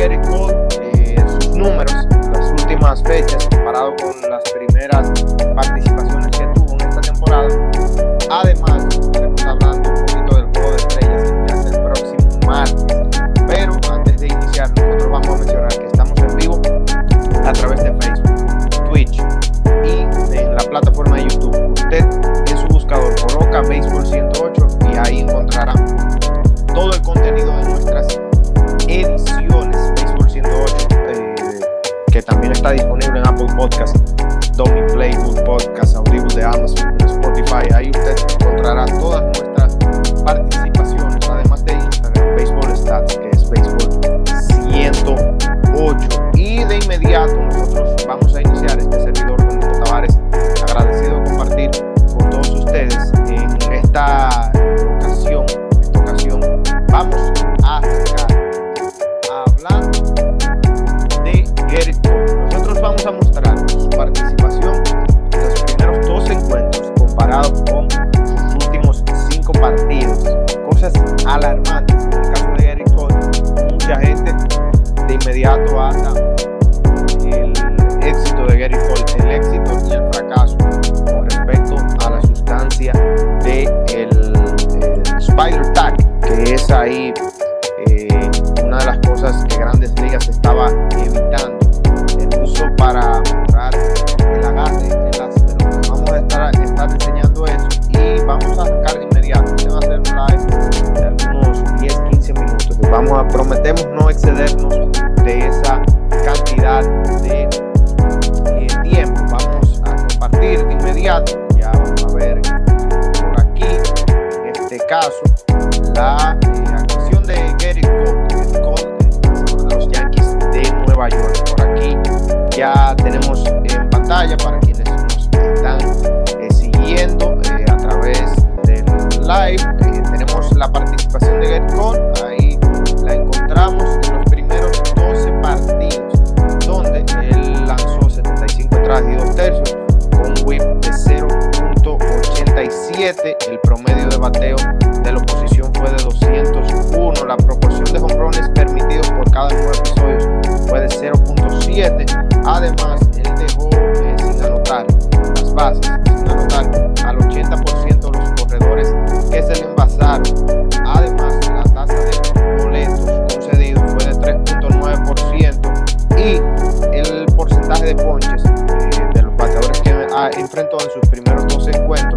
Gerrit Cole, sus números, las últimas fechas, comparado con las primeras participaciones que tuvo en esta temporada. Además, estaremos hablando un poquito del juego de estrellas que ya es el próximo martes. Pero antes de iniciar, nosotros vamos a mencionar que estamos en vivo a través de Facebook, Twitch y en la plataforma de YouTube. Usted en su buscador coloca Béisbol 108 y ahí encontrará todo el contenido de nuestras ediciones Béisbol 108, que también está disponible en Apple Podcast, Domi Play, Good Podcast, Audible de Amazon, Spotify. Ahí usted encontrará todas nuestras participaciones, además de Instagram, Baseball Stats, que es Béisbol 108. Y de inmediato nosotros vamos a iniciar este servidor con Nico Tavares, agradecido de compartir con todos ustedes en esta ocasión. Vamos a arrancar a hablar de Gerrit Cole. Nosotros vamos a mostrar su participación en los primeros 2 encuentros comparado con sus últimos 5 partidos. Cosas alarmantes en el caso de Gerrit Cole. Mucha gente de inmediato ata el éxito de Gerrit Cole, el éxito y el fracaso con respecto a la sustancia de el Spider Tag, que es ahí una de las cosas que Grandes Ligas estaba evitando, el uso para mejorar el agarre de las pelotas. Vamos a estar enseñando eso y vamos a arrancar de inmediato. Se va a hacer un live de algunos 10-15 minutos. Prometemos no excedernos de esa cantidad de tiempo. Vamos a compartir de inmediato. Ya vamos a ver por aquí, en este caso, la actuación de Gerrit Cole, de los Yankees de Nueva York. Por aquí ya tenemos en pantalla para quienes nos están siguiendo a través del live. Tenemos la participación de Gerrit Cole. Ahí la encontramos en los primeros 12 partidos, donde él lanzó 75 entradas y 2 tercios con un whip de 0.87. El promedio de bateo de la oposición fue de 201. La proporción de jonrones permitidos por cada 9 episodios fue de 0.7. Además, él dejó sin anotar las bases, sin anotar al 80% de los corredores que se le envasaron. Además, la tasa de boletos concedidos fue de 3.9% y el porcentaje de ponches de los bateadores que enfrentó en sus primeros 12 encuentros,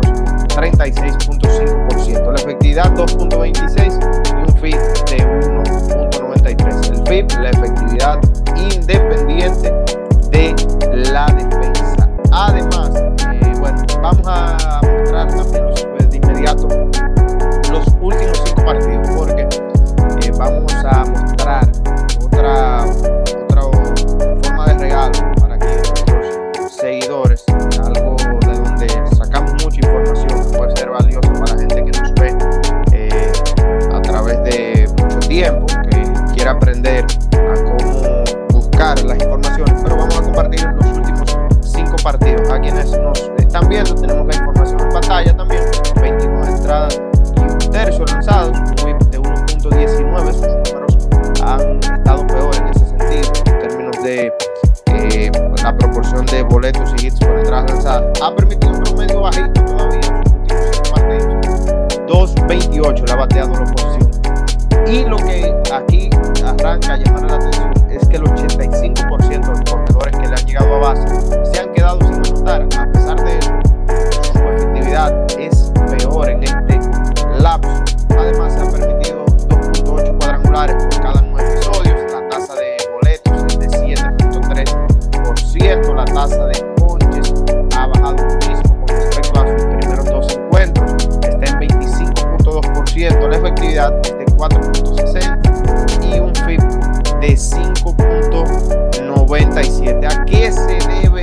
36.5%, la efectividad 2.26 y un FIP de 1.93. El FIP, la efectividad independiente de la defensa. Además, vamos a mostrar también de inmediato los últimos 5 partidos, porque vamos a mostrar otra forma de regalo para que nuestros seguidores, algo de donde sacamos mucha información que puede ser valiosa para la gente que nos ve a través de mucho tiempo, que quiera aprender a cómo buscar las informaciones. Pero vamos a compartir los últimos 5 partidos. A quienes nos están viendo, tenemos la información en pantalla también. 29 entradas y 1 tercio lanzados, un whip de 1.19. Sus números han estado peor en ese sentido en términos de la proporción de boletos y hits por entradas lanzadas. Ha permitido un promedio bajito todavía en sus últimos 5 partidos, 2.28 le ha bateado la oposición. Y lo que aquí arranca a llamar la atención es que el 85% de los corredores que le han llegado a base se han quedado sin anotar. A pesar de eso, su efectividad es peor en este lapso. Además, se han permitido 2.8 cuadrangulares por cada 9 episodios. La tasa de boletos es de 7.3%. La tasa de ponches ha bajado muchísimo con respecto a sus primeros 2 encuentros. Está en 25.2%. La efectividad es de 4.60 y un FIP de 5.97. ¿A qué se debe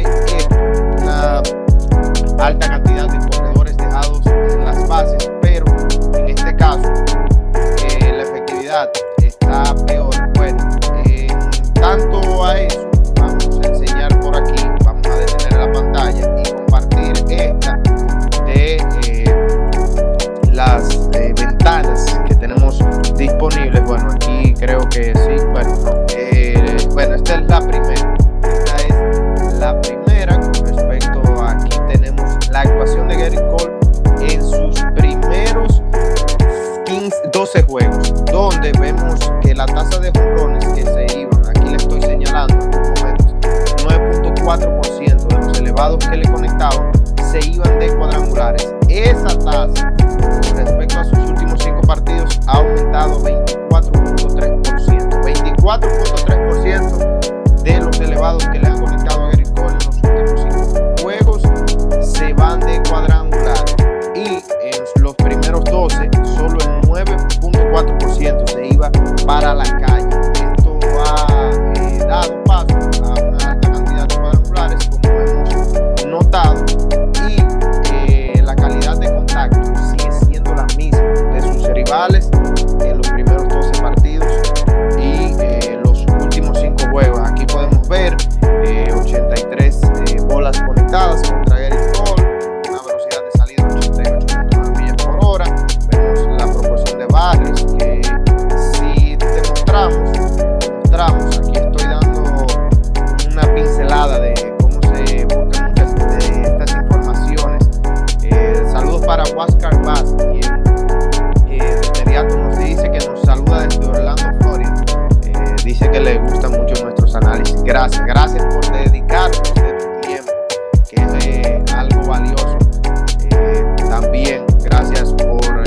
lanzadores que le han conectado a Gerrit Cole en los últimos 5 juegos se van de cuadrangular, y en los primeros 12 solo el 9.4% se iba para la calle. Esto ha dado paso a una alta cantidad de cuadrangulares, como hemos notado, y la calidad de contacto sigue siendo la misma de sus rivales en los primeros 12 partidos y los últimos 5 juegos. Aquí podemos ver 83 bolas conectadas contra Gerrit Cole, una velocidad de salida de 88.9 millas por hora. Vemos la proporción de barrios que si demostramos, aquí estoy dando una pincelada de cómo se buscan muchas de estas informaciones. Saludos para Huáscar Vaz, quien de inmediato nos dice que nos saluda desde Orlando, Florida. Dice que le gustan mucho nuestros análisis. Gracias por dedicarnos de tu tiempo, que es algo valioso. También gracias por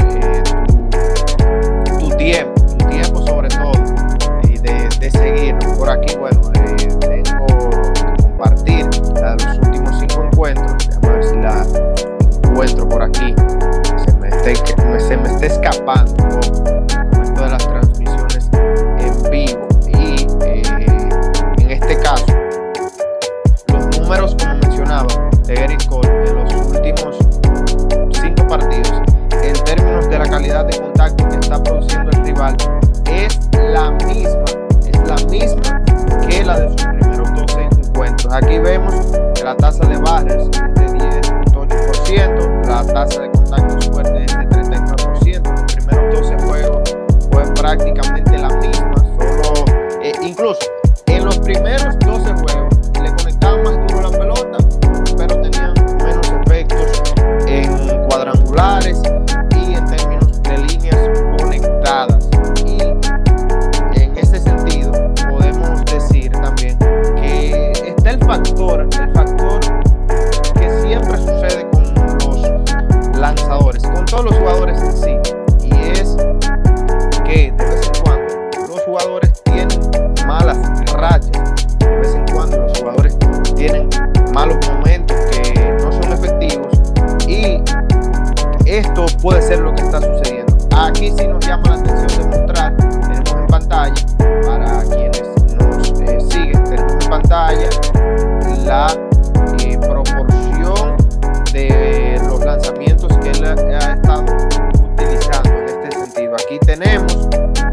tu tiempo sobre todo, y de seguirnos por aquí. Bueno, tengo que compartir la de los últimos 5 encuentros. Vamos a ver si la encuentro por aquí. Se me está escapando un poco con esto de las transmisiones en vivo. Y en este caso, los números, como mencionaba, de Gerrit Cole en los últimos 5 partidos, en términos de la calidad de contacto que está produciendo el rival, es la misma que la de sus primeros 12 encuentros. Aquí vemos que la tasa de barrios es de 10.8%, la tasa de contactos fuertes es de 39%. Los primeros 12 juegos fue prácticamente la misma, solo incluso en los primeros 12 juegos le conectaban más duro la pelota, pero tenían menos efectos en cuadrangulares y en términos de líneas conectadas. Y en ese sentido podemos decir también que está el factor que siempre sucede con los lanzadores, con todos los jugadores en sí, y es que de vez en cuando los jugadores tienen malas rachas, de vez en cuando los jugadores tienen malos momentos que no son efectivos, y esto puede ser lo que está sucediendo. Aquí sí nos llama la atención de mostrar, tenemos en pantalla, para quienes nos siguen, tenemos en pantalla la proporción de los lanzamientos que él ha estado utilizando en este sentido. Aquí tenemos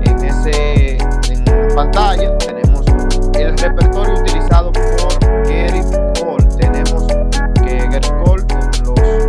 en pantalla, tenemos el repertorio utilizado por Gerrit Cole. Tenemos que Gerrit Cole en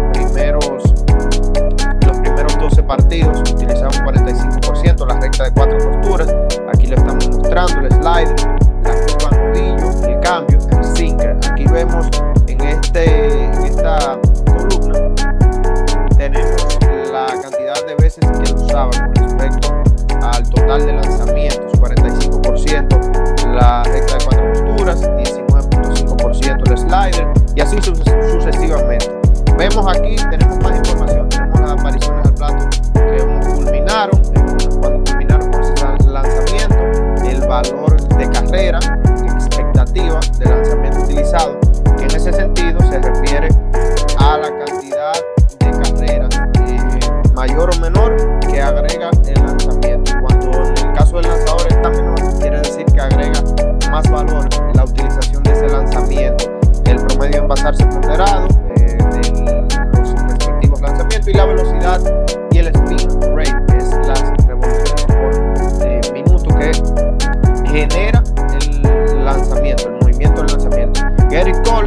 los primeros 12 partidos utilizaba un 45%, la recta de 4 posturas. Aquí lo estamos mostrando, el slider, la curva nudillo, el cambio, el sinker. Aquí vemos en esta columna tenemos la cantidad de veces que lo usaba con respecto al total de lanzamientos: 45% la recta de 4 posturas, 19.5% el slider, y así sucesivamente. Vemos aquí, tenemos más información, tenemos las apariciones al plato que culminaron, cuando culminaron con ese lanzamiento, el valor de carrera, expectativa de lanzamiento utilizado, que en ese sentido se refiere a la cantidad de carreras mayor o menor que agrega el lanzamiento. Cuando en el caso del lanzador está menor, quiere decir que agrega más valor en la utilización de ese lanzamiento. El promedio en basarse ponderado de los respectivos lanzamientos, y la velocidad y el spin rate, que es las revoluciones por minuto que genera el lanzamiento, el movimiento del lanzamiento. Gerrit Cole,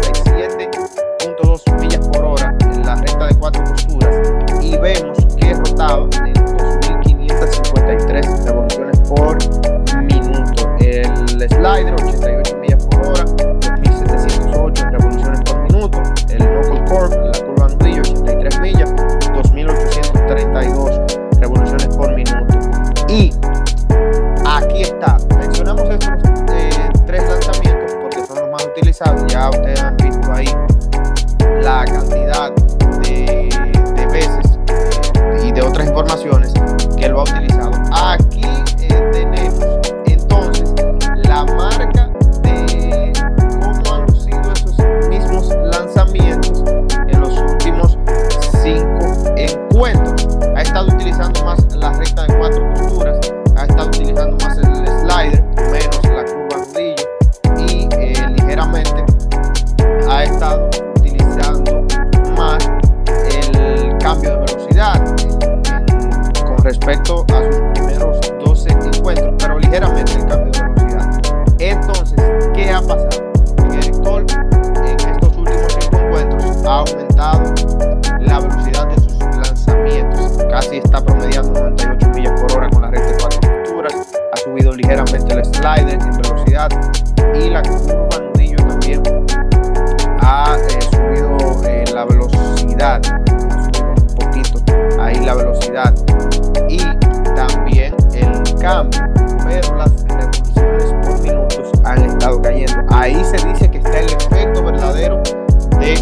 97.2 millas por hora en la recta de 4 posturas, y vemos que rotaba en 2.553 revoluciones por minuto. El slider, 88 millas por hora, 2.708 revoluciones por minuto. El knuckle curve, la curva nudillo, 83 millas, 2.832 revoluciones por minuto. Y aquí está, mencionamos estos 3 lanzamientos porque son los más utilizados. Ya ustedes han visto ahí la cantidad de veces y de otras informaciones que él lo ha utilizado. Aquí tenemos entonces la marca de velocidad, y la curva nudillo también ha subido la velocidad, ha subido un poquito ahí la velocidad, y también el cambio, pero las revoluciones por minutos han estado cayendo. Ahí se dice que está el efecto verdadero de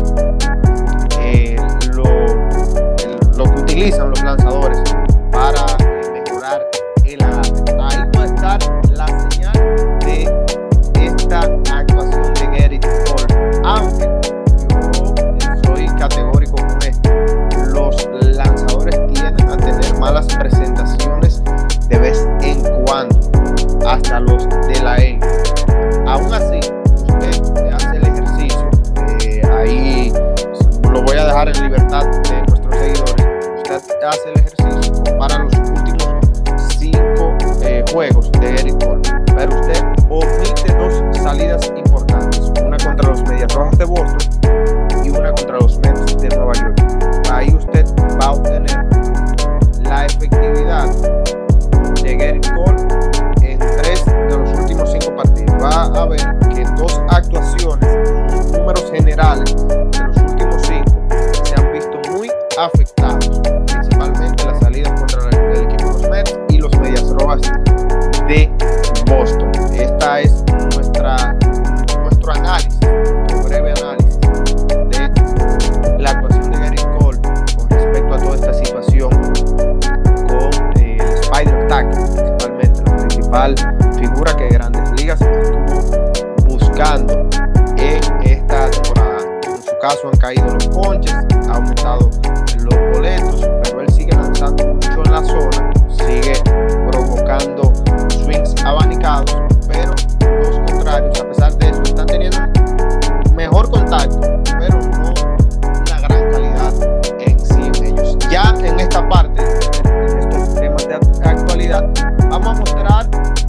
lo que utilizan los lanzadores para mejorar el agarre. Ahí puede estar la señal de esta actuación de Gerrit Cole, aunque yo soy categórico con esto. Los lanzadores tienden a tener malas presentaciones de vez en cuando, hasta los de la E. Aún así, usted hace el ejercicio, ahí lo voy a dejar en libertad de nuestros seguidores. Usted hace el ejercicio, compara los últimos 5 juegos de Gerrit Cole, pero usted omite 2 salidas importantes, una contra los Medias Rojas de Boston y una contra los Mets de Nueva York. Ahí usted va a obtener la efectividad de Gerrit Cole en 3 de los últimos 5 partidos. Va a ver que 2 actuaciones, los números generales de los últimos 5 se han visto muy afectados, principalmente las salidas contra el equipo de los Mets y los Medias Rojas de Boston. Esta es nuestro análisis, nuestro breve análisis de la actuación de Gerrit Cole con respecto a toda esta situación con el Spider Tag, principalmente la principal figura que Grandes Ligas estuvo buscando en esta temporada. En su caso han caído los ponches, ha aumentado los boletos, pero él sigue lanzando mucho en la zona, sigue provocando swings abanicados, pero los contrarios, a pesar de eso, están teniendo mejor contacto, pero no una gran calidad en sí en ellos. Ya en esta parte, en estos temas de actualidad, vamos a mostrar,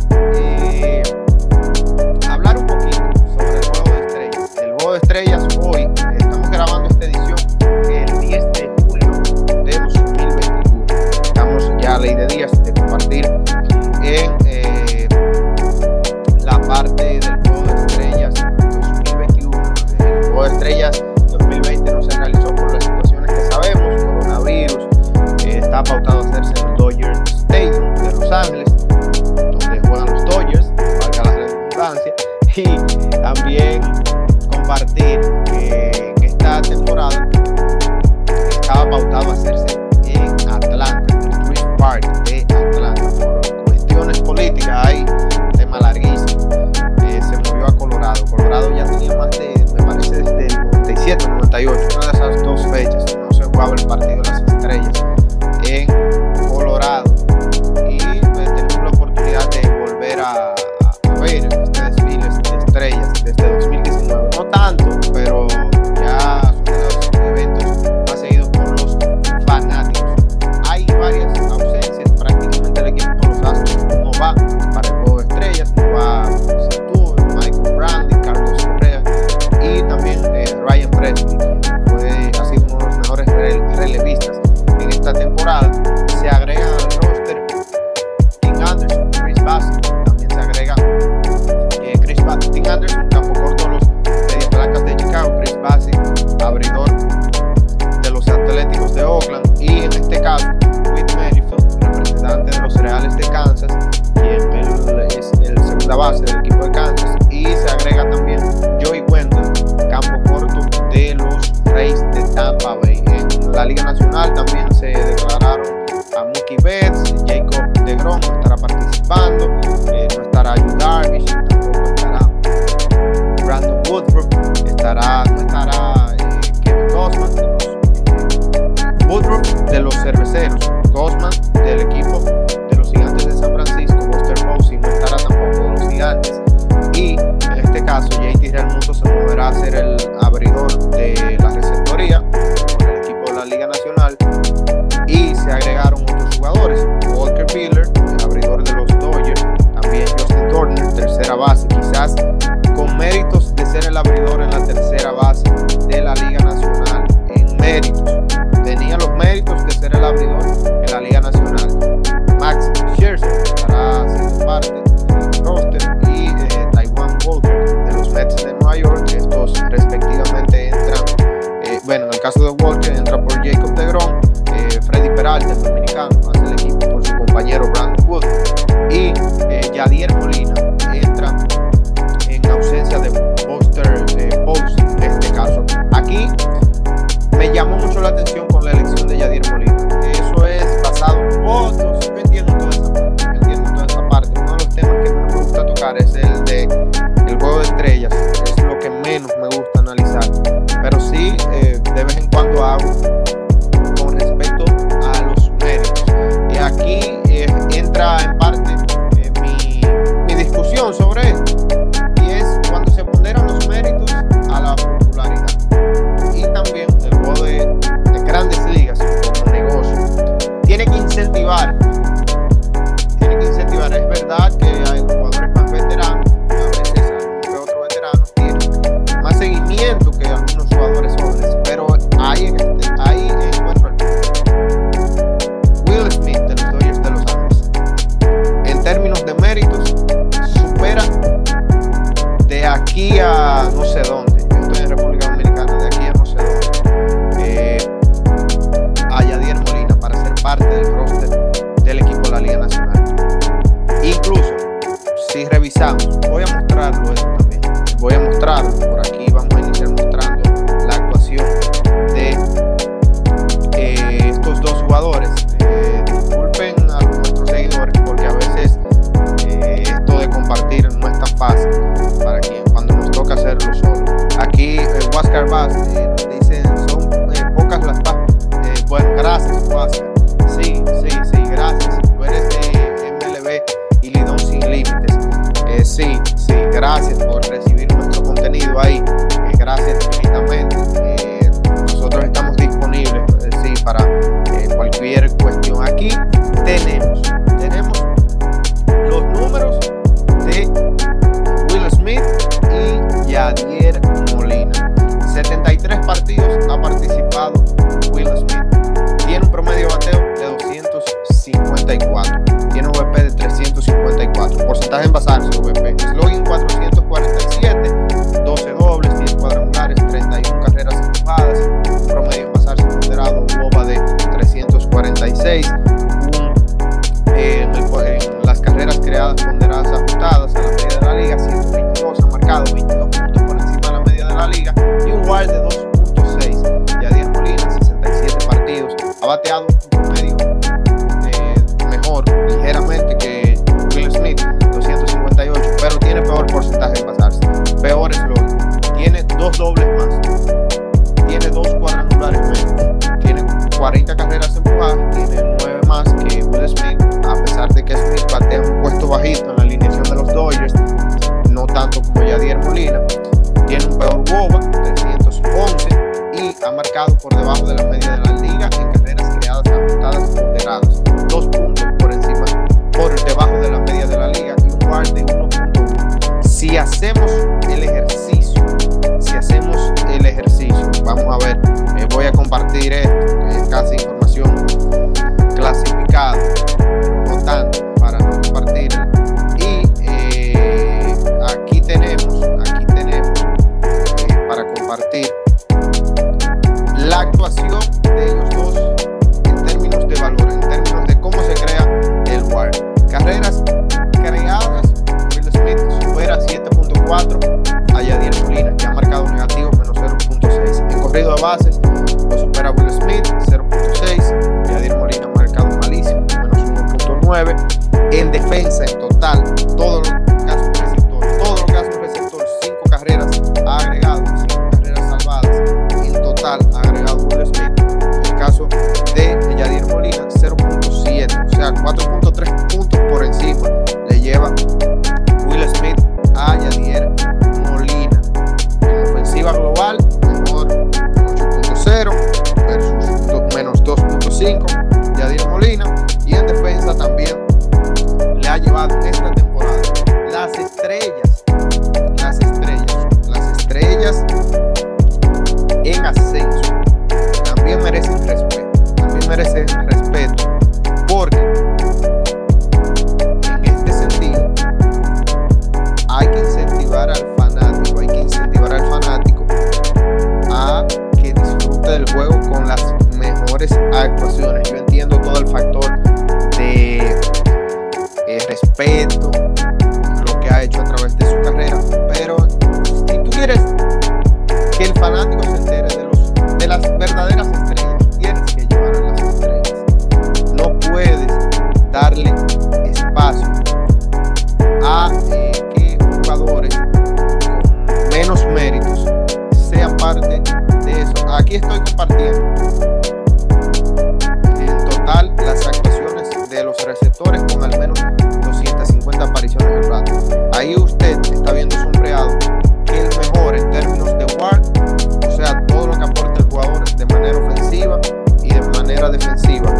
hablar un poquito sobre el Juego de Estrellas. El Juego de Estrellas hoy, estamos grabando esta edición el 10 de julio de 2021. Estamos ya a ley de días de compartir en la parte del Juego de Estrellas 2021. El Juego de Estrellas 2020 no se realizó por las situaciones que sabemos, coronavirus. Está pautado a hacerse en el Dodger Stadium de Los Ángeles, donde juegan los Dodgers, valga la redundancia, y también compartir que esta temporada estaba pautado a hacerse en Atlanta, en el Truist Park de Atlanta. Por cuestiones políticas, hay tema larguísimo, se movió a Colorado. Colorado ya tenía más de, me parece, desde el 97, 98, una de esas 2 fechas no se jugaba el partido de las estrellas en Colorado, y tenemos la oportunidad de volver a ver este desfile de estrellas desde 2019, no tanto, pero ya son de los eventos más seguidos por los fanáticos. Hay varias ausencias, prácticamente el equipo de los Astros no va para el Juego de Estrellas, no va Santurce, Michael Brantley, Carlos Correa y también Ryan Pressly, quien ha sido uno de los mejores relevistas en esta temporada. Se agrega al roster Tim Anderson, Chris Bassitt, también se agrega Tim Anderson, campo corto de los Medias Blancas de Chicago, Chris Bassitt, abridor de los Atléticos de Oakland, y en este caso Whit Merrifield, representante de los Reales de Kansas, quien es el segunda base del equipo de Kansas, y se agrega también Joey Wendell, campo corto de los Rays de Tampa Bay. En la Liga Nacional también se declararon a Mookie Betts, Jacob deGrom no estará participando, no estará Yu Darvish, tampoco estará Brandon Woodruff, no estará Kevin Gausman de los Woodruff de los Cerveceros, Gausman del equipo de los Gigantes de San Francisco, Buster Posey no estará tampoco de los Gigantes, y en este caso JT Realmuto se moverá a ser el abridor de la receptoría por el equipo de la Liga Nacional, y se agregaron otros jugadores: Walker Buehler, el abridor de los Dodgers, gusta analizar, pero sí de vez en cuando hago con respecto a los méritos. Y aquí entra en parte mi discusión sobre esto, y es cuando se ponderan los méritos a la popularidad y también el juego de grandes ligas como negocio. Tiene que incentivar. Es verdad que hay jugadores más veteranos, a veces algunos que otros veteranos tienen más seguimiento que algunos jugadores jóvenes, pero ahí encuentro el punto. Will Smith de los Dodgers de Los Ángeles, en términos de méritos, supera de aquí a no sé dónde. Yo estoy en República Dominicana, de aquí a no sé dónde, a Yadier Molina para ser parte del roster del equipo de la Liga Nacional. Incluso, si revisamos, voy a mostrarlo eso también. Voy a mostrarlo por aquí. Vamos a iniciar mostrando la actuación de estos dos jugadores. Disculpen a nuestros seguidores porque a veces esto de compartir no es tan fácil para cuando nos toca hacerlo solo. Aquí Huáscar Vaz nos dice: son pocas las páginas. Bueno, gracias, Huáscar. Sí, gracias. Tú eres de MLB y Lidón Sin Límites. Sí, gracias por recibir nuestro contenido ahí. Gracias infinitamente. Nosotros estamos disponibles para cualquier cuestión. Aquí tenemos los números de Will Smith y Yadier Molina. 73 partidos ha participado Will Smith. Tiene un promedio de bateo de 254. Tiene un OVP de 354. Porcentaje en bases OVP. Slugging 447. 12 dobles, 10 cuadrangulares, 31 carreras empujadas. Un promedio en bases moderado, UOBA de 346. En las carreras creadas ponderadas ajustadas a la media de la liga, 122. Ha marcado 22 puntos por encima de la media de la liga. Y un WAR de 2.6. Yadier Molina, 67 partidos. Ha bateado un promedio mejor, ligeramente, que Will Smith, 258, pero tiene peor porcentaje de pasarse, peor slot, tiene 2 dobles más, tiene 2 cuadrangulares menos, tiene 40 carreras empujadas, tiene 9 más que Will Smith, a pesar de que Smith batea un puesto bajito en la alineación de los Dodgers, no tanto como Yadier Molina. Tiene un peor WOBA, 311, y ha marcado por debajo de la media de la liga en carreras creadas ajustadas ponderadas, 2 puntos por debajo de la media de la liga y un WAR de 1.1. Si hacemos el ejercicio, vamos a ver, voy a compartir esto, que es casi información clasificada, pero no tanto para no compartirla. Y aquí tenemos para compartir la actuación de ellos dos en términos de valor, en términos de cómo se crea el WAR. Carreras creadas, Will Smith supera 7.4 a Yadier Molina, que ha marcado negativo, menos 0.6. En corrido de bases lo supera Will Smith, 0.6. Yadier Molina ha marcado malísimo, menos 1.9. En defensa, en total, todos los casos receptor, 5 carreras ha agregado, 5 carreras salvadas. En total ha agregado Will Smith. En el caso de Yadier Molina, 0.7, o sea, 4.3 puntos por encima le lleva Will Smith a Yadier Molina. En ofensiva global, mejor 8.0 versus menos 2.5 Yadier Molina, y en defensa también le ha llevado compartiendo en total las actuaciones de los receptores con al menos 250 apariciones al rato. Ahí usted está viendo sombreado que el mejor en términos de WAR, o sea, todo lo que aporta el jugador de manera ofensiva y de manera defensiva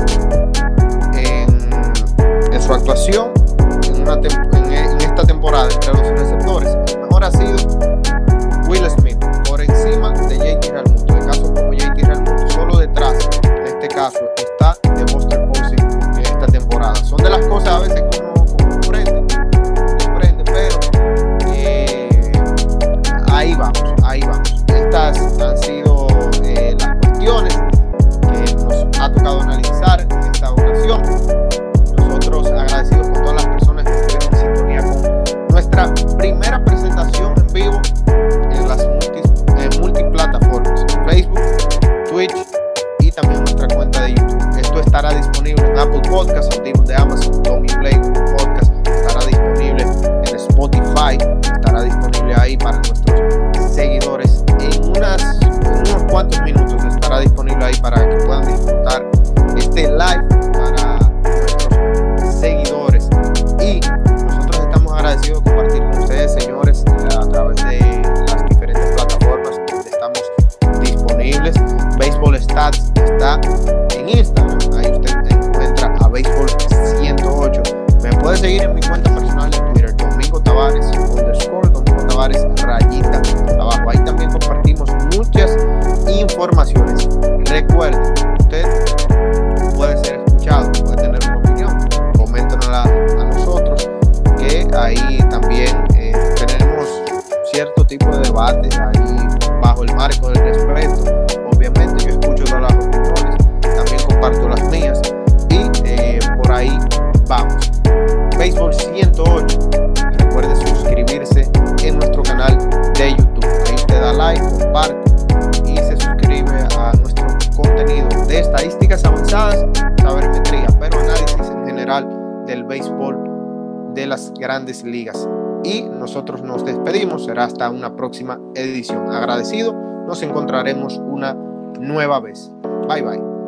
en su actuación en esta temporada entre los receptores, el mejor ha sido Will Smith, por encima de JT Realmuto. De casos como JT Realmuto, solo detrás, en este caso, está de Buster Posey en esta temporada. Son de las cosas a veces que uno comprende, pero ahí vamos. Estas han sido las cuestiones que nos ha tocado analizar en esta ocasión. Nosotros agradecidos con todas las personas que estuvieron en sintonía con nuestra primera presentación en vivo en las multiplataformas, Facebook, Twitch y también nuestra cuenta de YouTube. Esto estará disponible en Apple Podcasts, Audible de Amazon, Tommy Play, Google Podcast, estará disponible en Spotify, estará disponible ahí para nuestros seguidores. En unos cuantos minutos estará disponible ahí para que puedan disfrutar este live para nuestros seguidores. Y nosotros estamos agradecidos de compartir con ustedes, señores, a través de las diferentes plataformas donde estamos disponibles. Baseball Stats está en Instagram, ahí usted encuentra a Baseball 108. Me puede seguir en mi cuenta personal de Twitter, Domingo Tavares _ Domingo Tavares rayita abajo. Ahí también compartimos muchas informaciones. Recuerde, usted puede ser escuchado, puede tener una opinión, coméntenosla a nosotros, que ahí también tenemos cierto tipo de debate ahí bajo el marco del respeto. Obviamente yo escucho todas las opiniones, también comparto las mías y por ahí vamos. Baseball 108, recuerde suscribirse en nuestro canal de YouTube. Ahí usted da like, comparte y se suscribe a nuestro contenido de estadísticas avanzadas, sabermetría, pero análisis en general del béisbol de las grandes ligas. Y nosotros nos despedimos, será hasta una próxima edición. Agradecido, nos encontraremos una nueva vez. Bye bye.